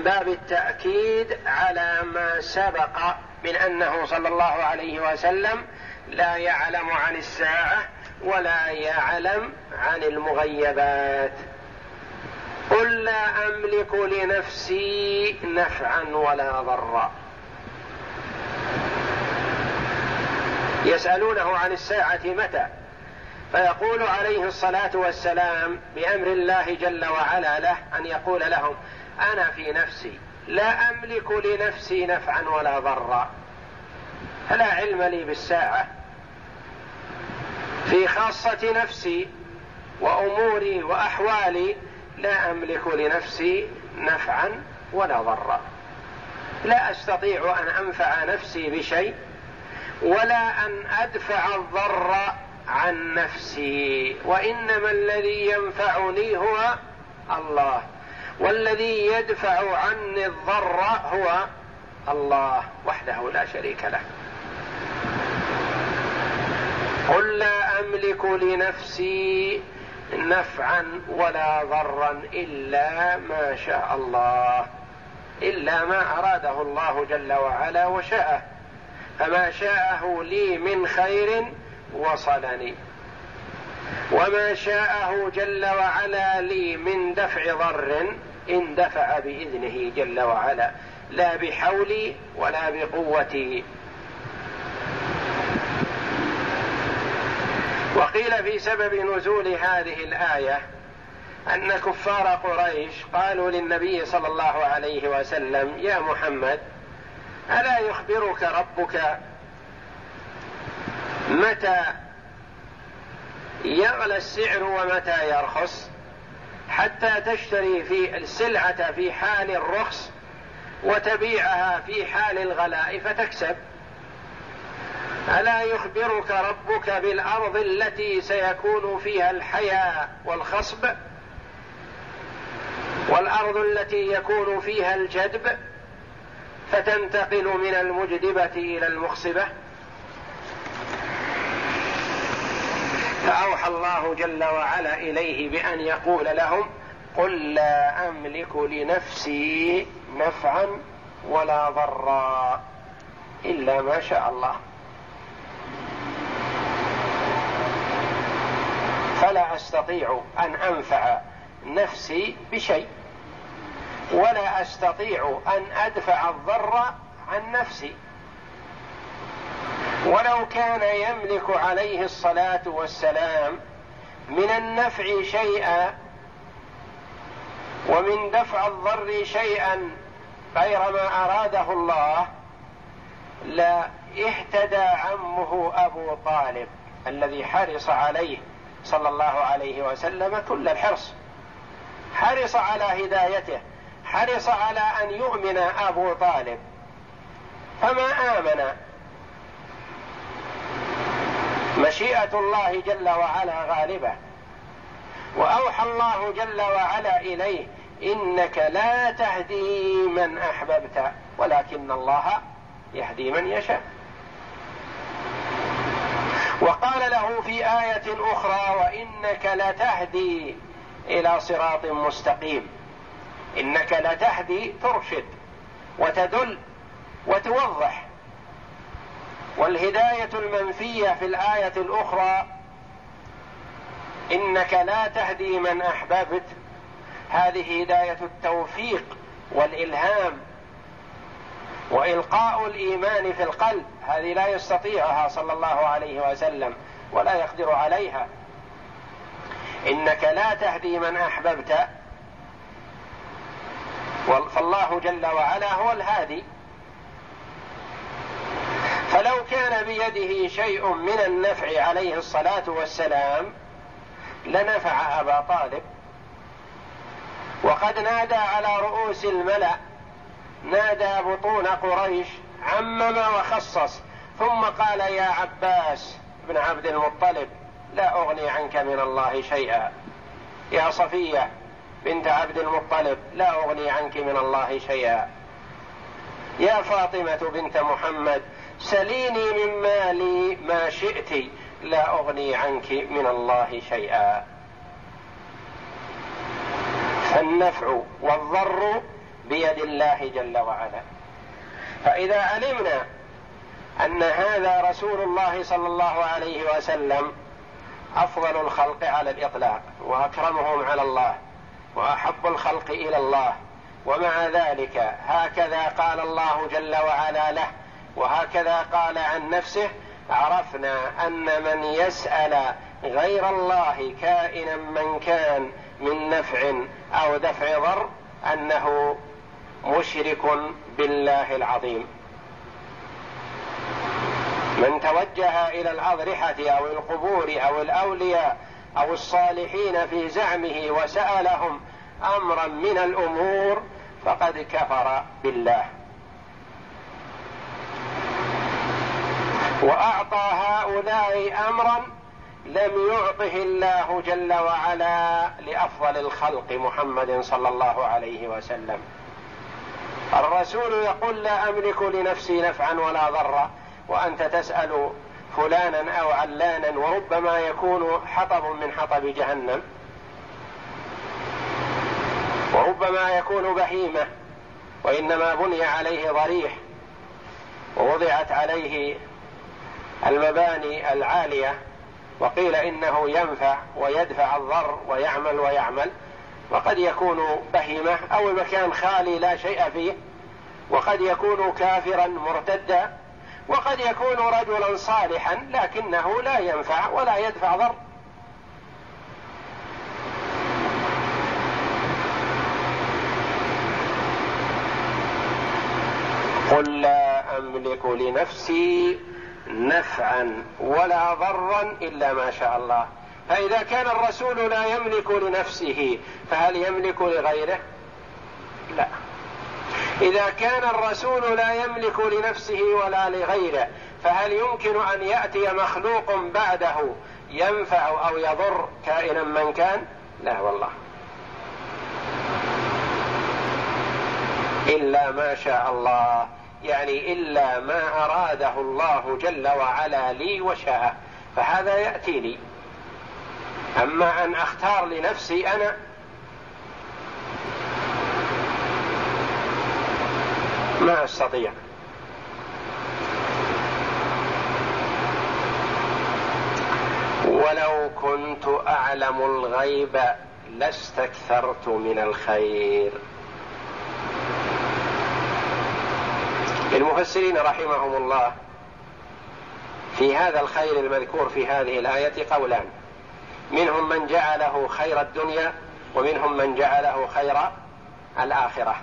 باب التأكيد على ما سبق من أنه صلى الله عليه وسلم لا يعلم عن الساعة ولا يعلم عن المغيبات. قل لا أملك لنفسي نفعا ولا ضرا. يسألونه عن الساعة متى، فيقول عليه الصلاة والسلام بأمر الله جل وعلا له أن يقول لهم: أنا في نفسي لا أملك لنفسي نفعا ولا ضرا، فلا علم لي بالساعة. في خاصة نفسي وأموري وأحوالي لا أملك لنفسي نفعا ولا ضرا، لا أستطيع أن أنفع نفسي بشيء ولا أن أدفع الضر عن نفسي، وإنما الذي ينفعني هو الله، والذي يدفع عني الضر هو الله وحده لا شريك له. قل لا أملك لنفسي نفعا ولا ضرا إلا ما شاء الله، إلا ما أراده الله جل وعلا وشاءه، فما شاءه لي من خير وصلني، وما شاءه جل وعلا لي من دفع ضر اندفع بإذنه جل وعلا، لا بحولي ولا بقوتي. وقيل في سبب نزول هذه الآية أن كفار قريش قالوا للنبي صلى الله عليه وسلم: يا محمد، ألا يخبرك ربك متى يغلى السعر ومتى يرخص، حتى تشتري في السلعة في حال الرخص وتبيعها في حال الغلاء فتكسب؟ ألا يخبرك ربك بالأرض التي سيكون فيها الحياة والخصب، والأرض التي يكون فيها الجدب فتنتقل من المجدبة إلى المخصبة؟ فأوحى الله جل وعلا إليه بأن يقول لهم: قل لا أملك لنفسي نفعا ولا ضرا إلا ما شاء الله. فلا أستطيع أن أنفع نفسي بشيء، ولا أستطيع أن أدفع الضر عن نفسي. ولو كان يملك عليه الصلاة والسلام من النفع شيئا ومن دفع الضر شيئا غير ما أراده الله، لا اهتدى عمه أبو طالب الذي حرص عليه صلى الله عليه وسلم كل الحرص، حرص على هدايته، حرص على أن يؤمن أبو طالب، فما آمن. مشيئة الله جل وعلا غالبة، وأوحى الله جل وعلا إليه: إنك لا تهدي من أحببت ولكن الله يهدي من يشاء. وقال له في آية أخرى: وإنك لتهدي إلى صراط مستقيم. إنك لتهدي ترشد وتدل وتوضح، والهداية المنفية في الآية الأخرى إنك لا تهدي من أحببت، هذه هداية التوفيق والإلهام وإلقاء الإيمان في القلب، هذه لا يستطيعها صلى الله عليه وسلم ولا يقدر عليها. إنك لا تهدي من أحببت، فالله جل وعلا هو الهادي. فلو كان بيده شيء من النفع عليه الصلاة والسلام لنفع أبا طالب. وقد نادى على رؤوس الملأ، نادى بطون قريش، عمم وخصص، ثم قال: يا عباس بن عبد المطلب، لا أغني عنك من الله شيئا. يا صفية بنت عبد المطلب، لا أغني عنك من الله شيئا. يا فاطمة بنت محمد، سليني من مالي ما شئت، لا أغني عنك من الله شيئا. فالنفع والضر بيد الله جل وعلا. فإذا علمنا أن هذا رسول الله صلى الله عليه وسلم أفضل الخلق على الإطلاق وأكرمهم على الله وأحب الخلق إلى الله، ومع ذلك هكذا قال الله جل وعلا له وهكذا قال عن نفسه، عرفنا أن من يسأل غير الله كائنا من كان من نفع أو دفع ضر أنه مشرك بالله العظيم. من توجه إلى الأضرحة أو القبور أو الأولياء أو الصالحين في زعمه وسألهم أمرا من الأمور فقد كفر بالله، وأعطى هؤلاء أمرا لم يعطه الله جل وعلا لأفضل الخلق محمد صلى الله عليه وسلم. الرسول يقول لا أملك لنفسي نفعا ولا ضرا، وأنت تسأل فلانا أو علانا وربما يكون حطب من حطب جهنم، وربما يكون بهيمة وإنما بني عليه ضريح ووضعت عليه المباني العالية وقيل إنه ينفع ويدفع الضر ويعمل، وقد يكون بهيمة أو مكان خالي لا شيء فيه، وقد يكون كافرا مرتدا، وقد يكون رجلا صالحا لكنه لا ينفع ولا يدفع ضر. قل لا أملك لنفسي نفعا ولا ضرا إلا ما شاء الله. فإذا كان الرسول لا يملك لنفسه فهل يملك لغيره؟ لا. إذا كان الرسول لا يملك لنفسه ولا لغيره فهل يمكن أن يأتي مخلوق بعده ينفع أو يضر كائنا من كان؟ لا والله، إلا ما شاء الله، يعني إلا ما أراده الله جل وعلا لي وشاء فهذا يأتي لي. أما أن أختار لنفسي أنا ما أستطيع. ولو كنت أعلم الغيب لاستكثرت من الخير. المفسرين رحمهم الله في هذا الخير المذكور في هذه الآية قولان، منهم من جعله خير الدنيا ومنهم من جعله خير الآخرة.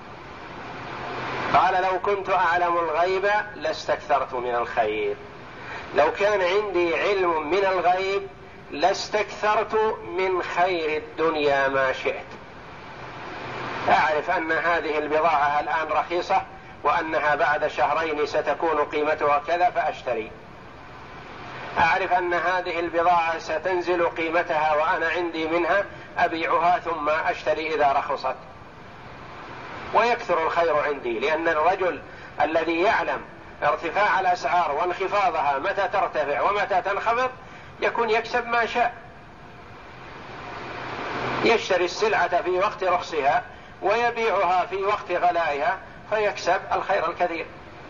قال لو كنت أعلم الغيب لاستكثرت من الخير، لو كان عندي علم من الغيب لاستكثرت من خير الدنيا ما شئت. أعرف أن هذه البضاعة الآن رخيصة وأنها بعد شهرين ستكون قيمتها كذا فأشتري. أعرف أن هذه البضاعة ستنزل قيمتها وأنا عندي منها أبيعها ثم أشتري إذا رخصت، ويكثر الخير عندي، لأن الرجل الذي يعلم ارتفاع الأسعار وانخفاضها متى ترتفع ومتى تنخفض يكون يكسب ما شاء، يشتري السلعة في وقت رخصها ويبيعها في وقت غلائها فيكسب الخير الكثير.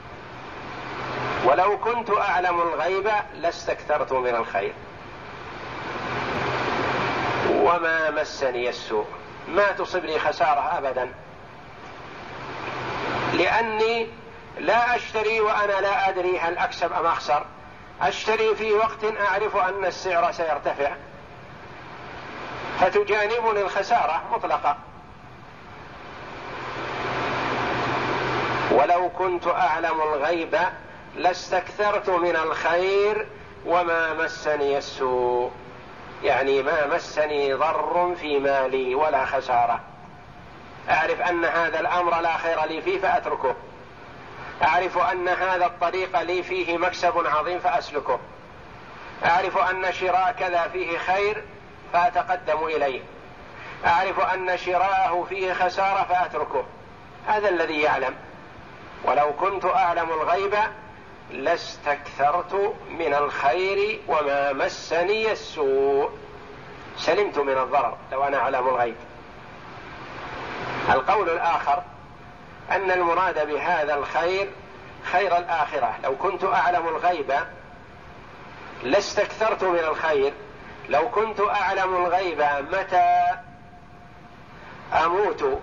ولو كنت أعلم الغيب لاستكثرت من الخير وما مسني السوء، ما تصبني خسارة أبدا، لأني لا أشتري وأنا لا أدري هل أكسب أم أخسر، أشتري في وقت أعرف أن السعر سيرتفع فتجانبني الخسارة مطلقة. ولو كنت أعلم الغيب لاستكثرت من الخير وما مسني السوء، يعني ما مسني ضر في مالي ولا خسارة. أعرف أن هذا الأمر لا خير لي فيه فأتركه، أعرف أن هذا الطريق لي فيه مكسب عظيم فأسلكه، أعرف أن شراء كذا فيه خير فأتقدم إليه، أعرف أن شراءه فيه خسارة فأتركه. هذا الذي يعلم. ولو كنت أعلم الغيب لاستكثرت من الخير وما مسني السوء، سلمت من الضرر لو أنا أعلم الغيب. القول الآخر أن المراد بهذا الخير خير الآخرة. لو كنت أعلم الغيب لاستكثرت من الخير، لو كنت أعلم الغيب متى أموت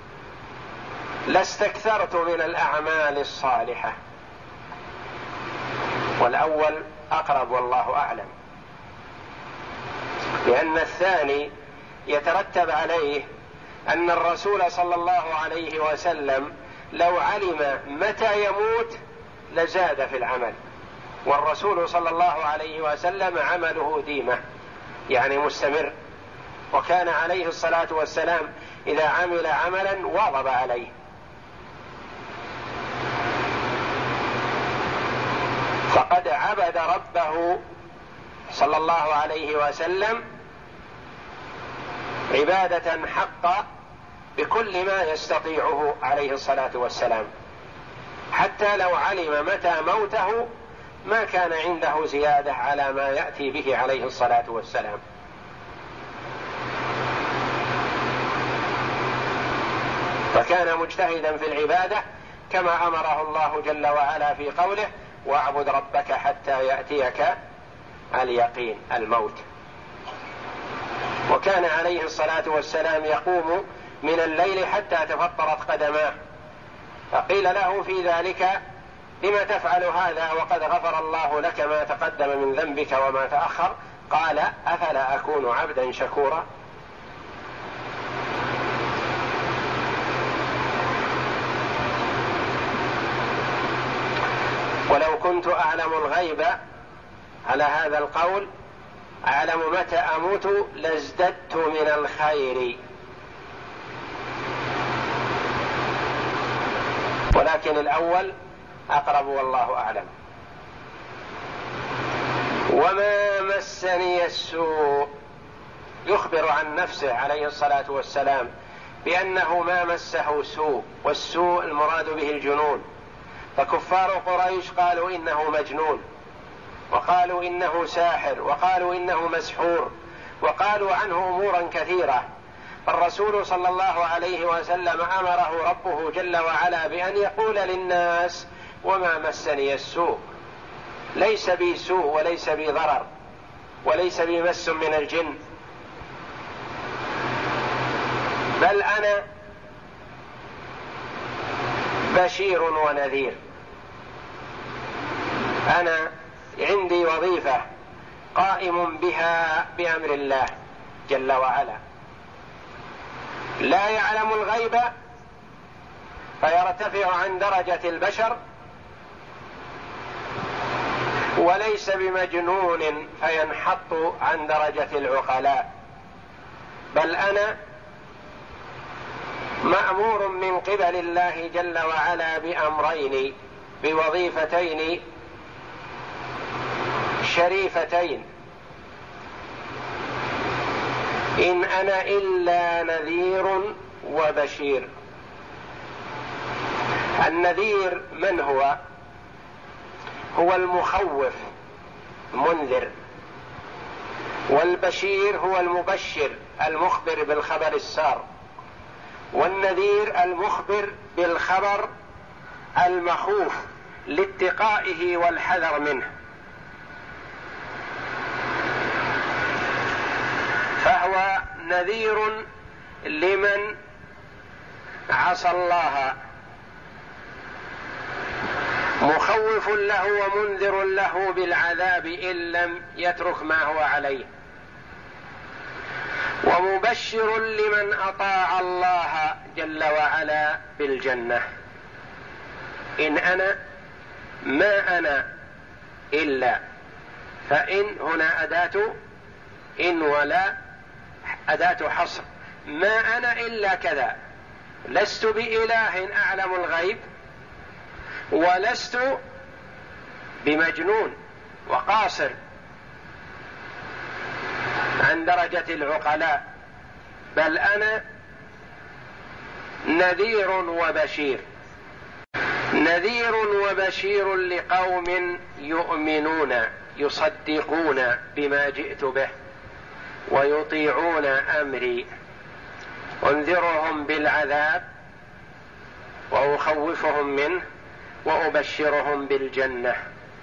لاستكثرت من الأعمال الصالحة. والأول أقرب والله أعلم، لأن الثاني يترتب عليه أن الرسول صلى الله عليه وسلم لو علم متى يموت لزاد في العمل، والرسول صلى الله عليه وسلم عمله ديمة يعني مستمر، وكان عليه الصلاة والسلام إذا عمل عملا واظب عليه. فقد عبد ربه صلى الله عليه وسلم عبادة حقا بكل ما يستطيعه عليه الصلاة والسلام، حتى لو علم متى موته ما كان عنده زيادة على ما يأتي به عليه الصلاة والسلام. فكان مجتهدا في العبادة كما أمره الله جل وعلا في قوله: واعبد ربك حتى يأتيك اليقين، الموت. وكان عليه الصلاة والسلام يقوم من الليل حتى تفطرت قدماه، فقيل له في ذلك: لم تفعل هذا وقد غفر الله لك ما تقدم من ذنبك وما تأخر؟ قال: أفلا أكون عبدا شكورا؟ ولو كنت أعلم الغيب على هذا القول، أعلم متى أموت لازددت من الخير. ولكن الأول أقرب والله أعلم. وما مسني السوء، يخبر عن نفسه عليه الصلاة والسلام بأنه ما مسه سوء، والسوء المراد به الجنون. فكفار قريش قالوا إنه مجنون، وقالوا إنه ساحر، وقالوا إنه مسحور، وقالوا عنه أمورا كثيرة. الرسول صلى الله عليه وسلم أمره ربه جل وعلا بأن يقول للناس: وما مسني السوء، ليس بي سوء وليس بي ضرر وليس بي مس من الجن، بل أنا بشير ونذير. أنا عندي وظيفة قائم بها بأمر الله جل وعلا، لا يعلم الغيب فيرتفع عن درجة البشر، وليس بمجنون فينحط عن درجة العقلاء، بل أنا مأمور من قبل الله جل وعلا بأمرين، بوظيفتين شريفتين: إن أنا إلا نذير وبشير. النذير من هو؟ هو المخوف منذر، والبشير هو المبشر المخبر بالخبر السار، والنذير المخبر بالخبر المخوف لاتقائه والحذر منه. فهو نذير لمن عصى الله، مخوف له ومنذر له بالعذاب إن لم يترك ما هو عليه، ومبشر لمن أطاع الله جل وعلا بالجنة. إن أنا ما أنا إلا، فإن هنا أداة إن ولا أداة حصر، ما أنا إلا كذا، لست بإله أعلم الغيب، ولست بمجنون وقاصر عن درجة العقلاء، بل أنا نذير وبشير. نذير وبشير لقوم يؤمنون يصدقون بما جئت به ويطيعون أمري، أنذرهم بالعذاب وأخوفهم منه وأبشرهم بالجنة.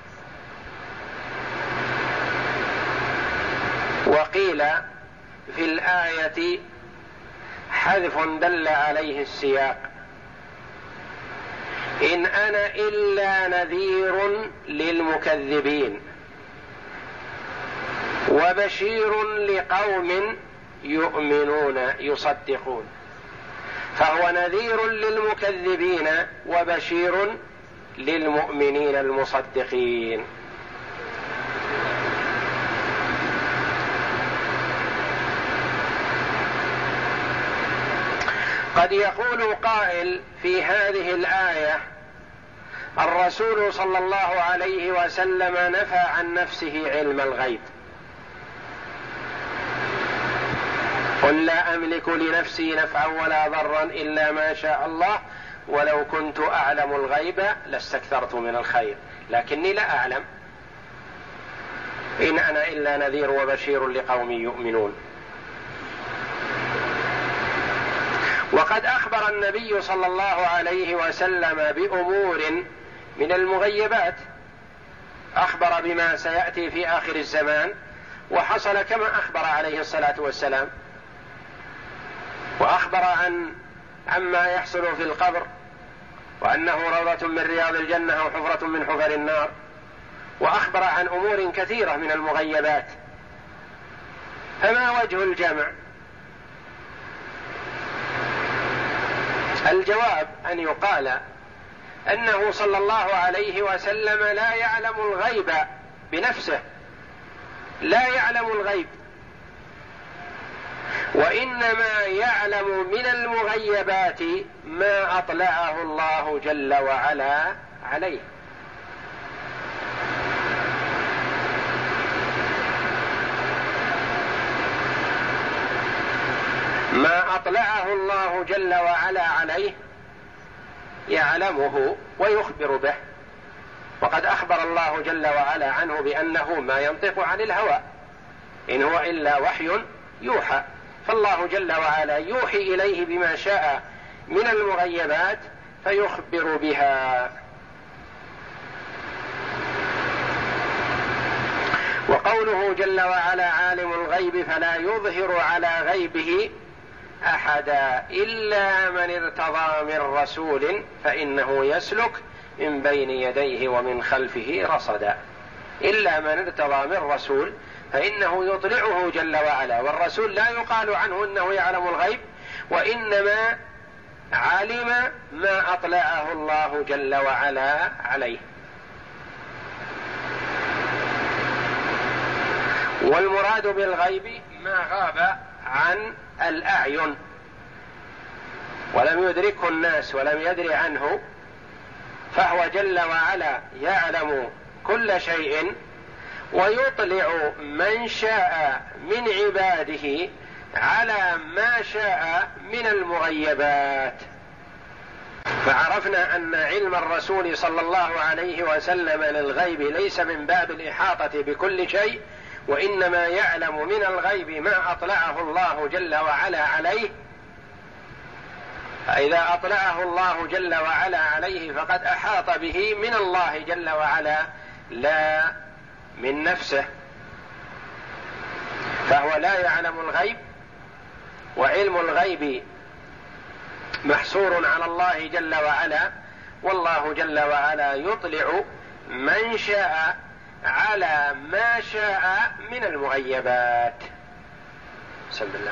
وقيل في الآية حذف دل عليه السياق: إن أنا إلا نذير للمكذبين وبشير لقوم يؤمنون يصدقون. فهو نذير للمكذبين وبشير للمؤمنين المصدقين. قد يقول قائل في هذه الآية: الرسول صلى الله عليه وسلم نفى عن نفسه علم الغيب، قل لا أملك لنفسي نفعا ولا ضرا إلا ما شاء الله ولو كنت أعلم الغيب لاستكثرت من الخير لكني لا أعلم، إن أنا إلا نذير وبشير لقوم يؤمنون. وقد أخبر النبي صلى الله عليه وسلم بأمور من المغيبات، أخبر بما سيأتي في آخر الزمان وحصل كما أخبر عليه الصلاة والسلام، وأخبر عما يحصل في القبر وأنه روضة من رياض الجنة أو حفرة من حفر النار، وأخبر عن أمور كثيرة من المغيبات. فما وجه الجمع؟ الجواب أن يقال أنه صلى الله عليه وسلم لا يعلم الغيب بنفسه، لا يعلم الغيب، وإنما يعلم من المغيبات ما أطلعه الله جل وعلا عليه. ما أطلعه الله جل وعلا عليه يعلمه ويخبر به، وقد أخبر الله جل وعلا عنه بأنه ما ينطق عن الهوى إن هو إلا وحي يوحى، فالله جل وعلا يوحي إليه بما شاء من المغيبات فيخبر بها. وقوله جل وعلا عالم الغيب فلا يظهر على غيبه أحدا إلا من ارتضى من رسول فإنه يسلك من بين يديه ومن خلفه رصدا. إلا من ارتضى من رسول فإنه يطلعه جل وعلا، والرسول لا يقال عنه إنه يعلم الغيب، وإنما علم ما أطلعه الله جل وعلا عليه. والمراد بالغيب ما غاب عن الأعين ولم يدركه الناس ولم يدري عنه، فهو جل وعلا يعلم كل شيء ويطلع من شاء من عباده على ما شاء من المغيبات. فعرفنا أن علم الرسول صلى الله عليه وسلم للغيب ليس من باب الإحاطة بكل شيء، وإنما يعلم من الغيب ما أطلعه الله جل وعلا عليه. فإذا أطلعه الله جل وعلا عليه فقد أحاط به من الله جل وعلا لا من نفسه، فهو لا يعلم الغيب، وعلم الغيب محصور على الله جل وعلا، والله جل وعلا يطلع من شاء على ما شاء من المغيبات. بسم الله.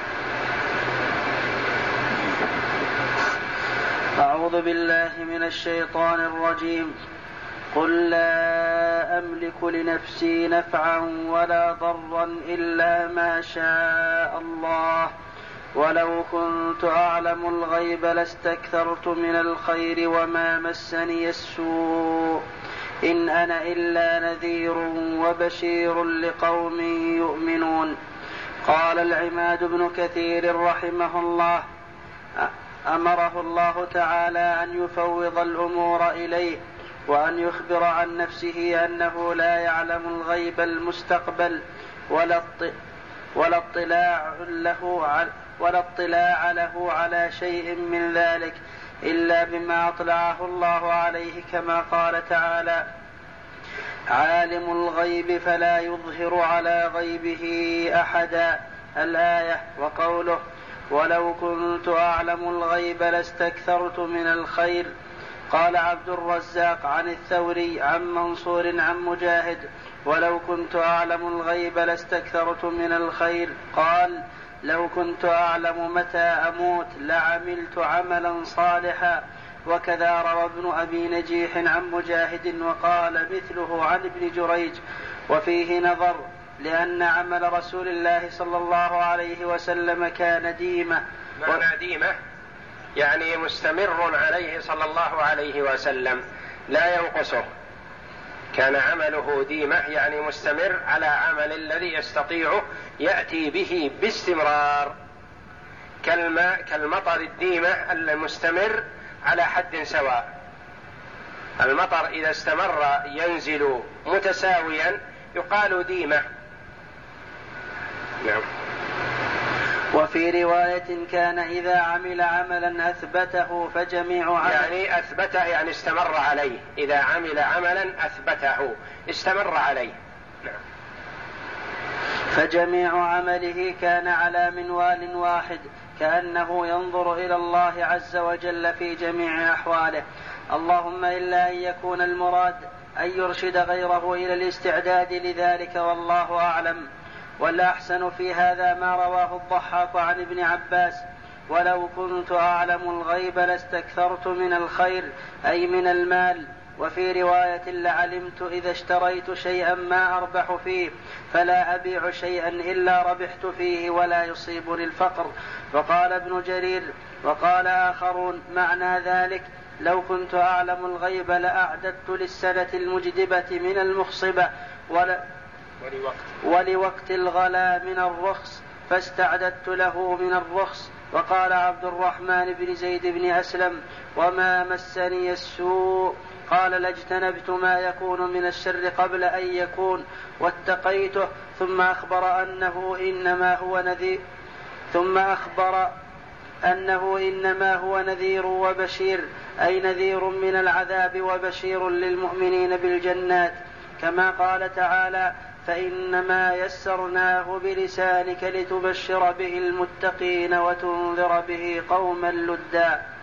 أعوذ بالله من الشيطان الرجيم. قل لا أملك لنفسي نفعا ولا ضرا إلا ما شاء الله ولو كنت أعلم الغيب لاستكثرت من الخير وما مسني السوء إن أنا إلا نذير وبشير لقوم يؤمنون. قال العماد بن كثير رحمه الله: أمره الله تعالى أن يفوض الأمور إليه وأن يخبر عن نفسه أنه لا يعلم الغيب المستقبل ولا اطلاع له على شيء من ذلك، إلا بما أطلعه الله عليه، كما قال تعالى: عالم الغيب فلا يظهر على غيبه أحدا، الآية. وقوله: ولو كنت أعلم الغيب لاستكثرت من الخير. قال عبد الرزاق عن الثوري عن منصور عن مجاهد: ولو كنت أعلم الغيب لاستكثرت من الخير. قال: لو كنت أعلم متى أموت لعملت عملا صالحا. وكذا روى ابن أبي نجيح عن مجاهد وقال مثله عن ابن جريج. وفيه نظر، لأن عمل رسول الله صلى الله عليه وسلم كان ديمة. معنى ديمة يعني مستمر عليه صلى الله عليه وسلم لا ينقصه، كان عمله ديمة يعني مستمر على عمل الذي يستطيع يأتي به باستمرار، كالمطر الديمة المستمر على حد سواء. المطر إذا استمر ينزل متساويا يقال ديمة. نعم. وفي رواية: كان إذا عمل عملا أثبته فجميع عمله، يعني أثبته يعني استمر عليه، إذا عمل عملا أثبته استمر عليه. نعم. فجميع عمله كان على منوال واحد، كأنه ينظر إلى الله عز وجل في جميع أحواله، اللهم إلا أن يكون المراد أن يرشد غيره إلى الاستعداد لذلك، والله أعلم. والأحسن في هذا ما رواه الضحاك عن ابن عباس: ولو كنت أعلم الغيب لاستكثرت من الخير، أي من المال. وفي رواية: لعلمت إذا اشتريت شيئا ما أربح فيه فلا أبيع شيئا إلا ربحت فيه ولا يصيبني الفقر. وقال ابن جرير وقال آخرون معنى ذلك: لو كنت أعلم الغيب لأعددت للسنة المجدبة من المخصبة ولوقت الغلا من الرخص فاستعددت له من الرخص. وقال عبد الرحمن بن زيد بن أسلم: وما مسني السوء، قال لاجتنبت ما يكون من الشر قبل أن يكون واتقيته. ثم أخبر أنه إنما هو نذير وبشير، أي نذير من العذاب وبشير للمؤمنين بالجنات، كما قال تعالى: فإنما يسرناه بلسانك لتبشر به المتقين وتنذر به قوما لدا.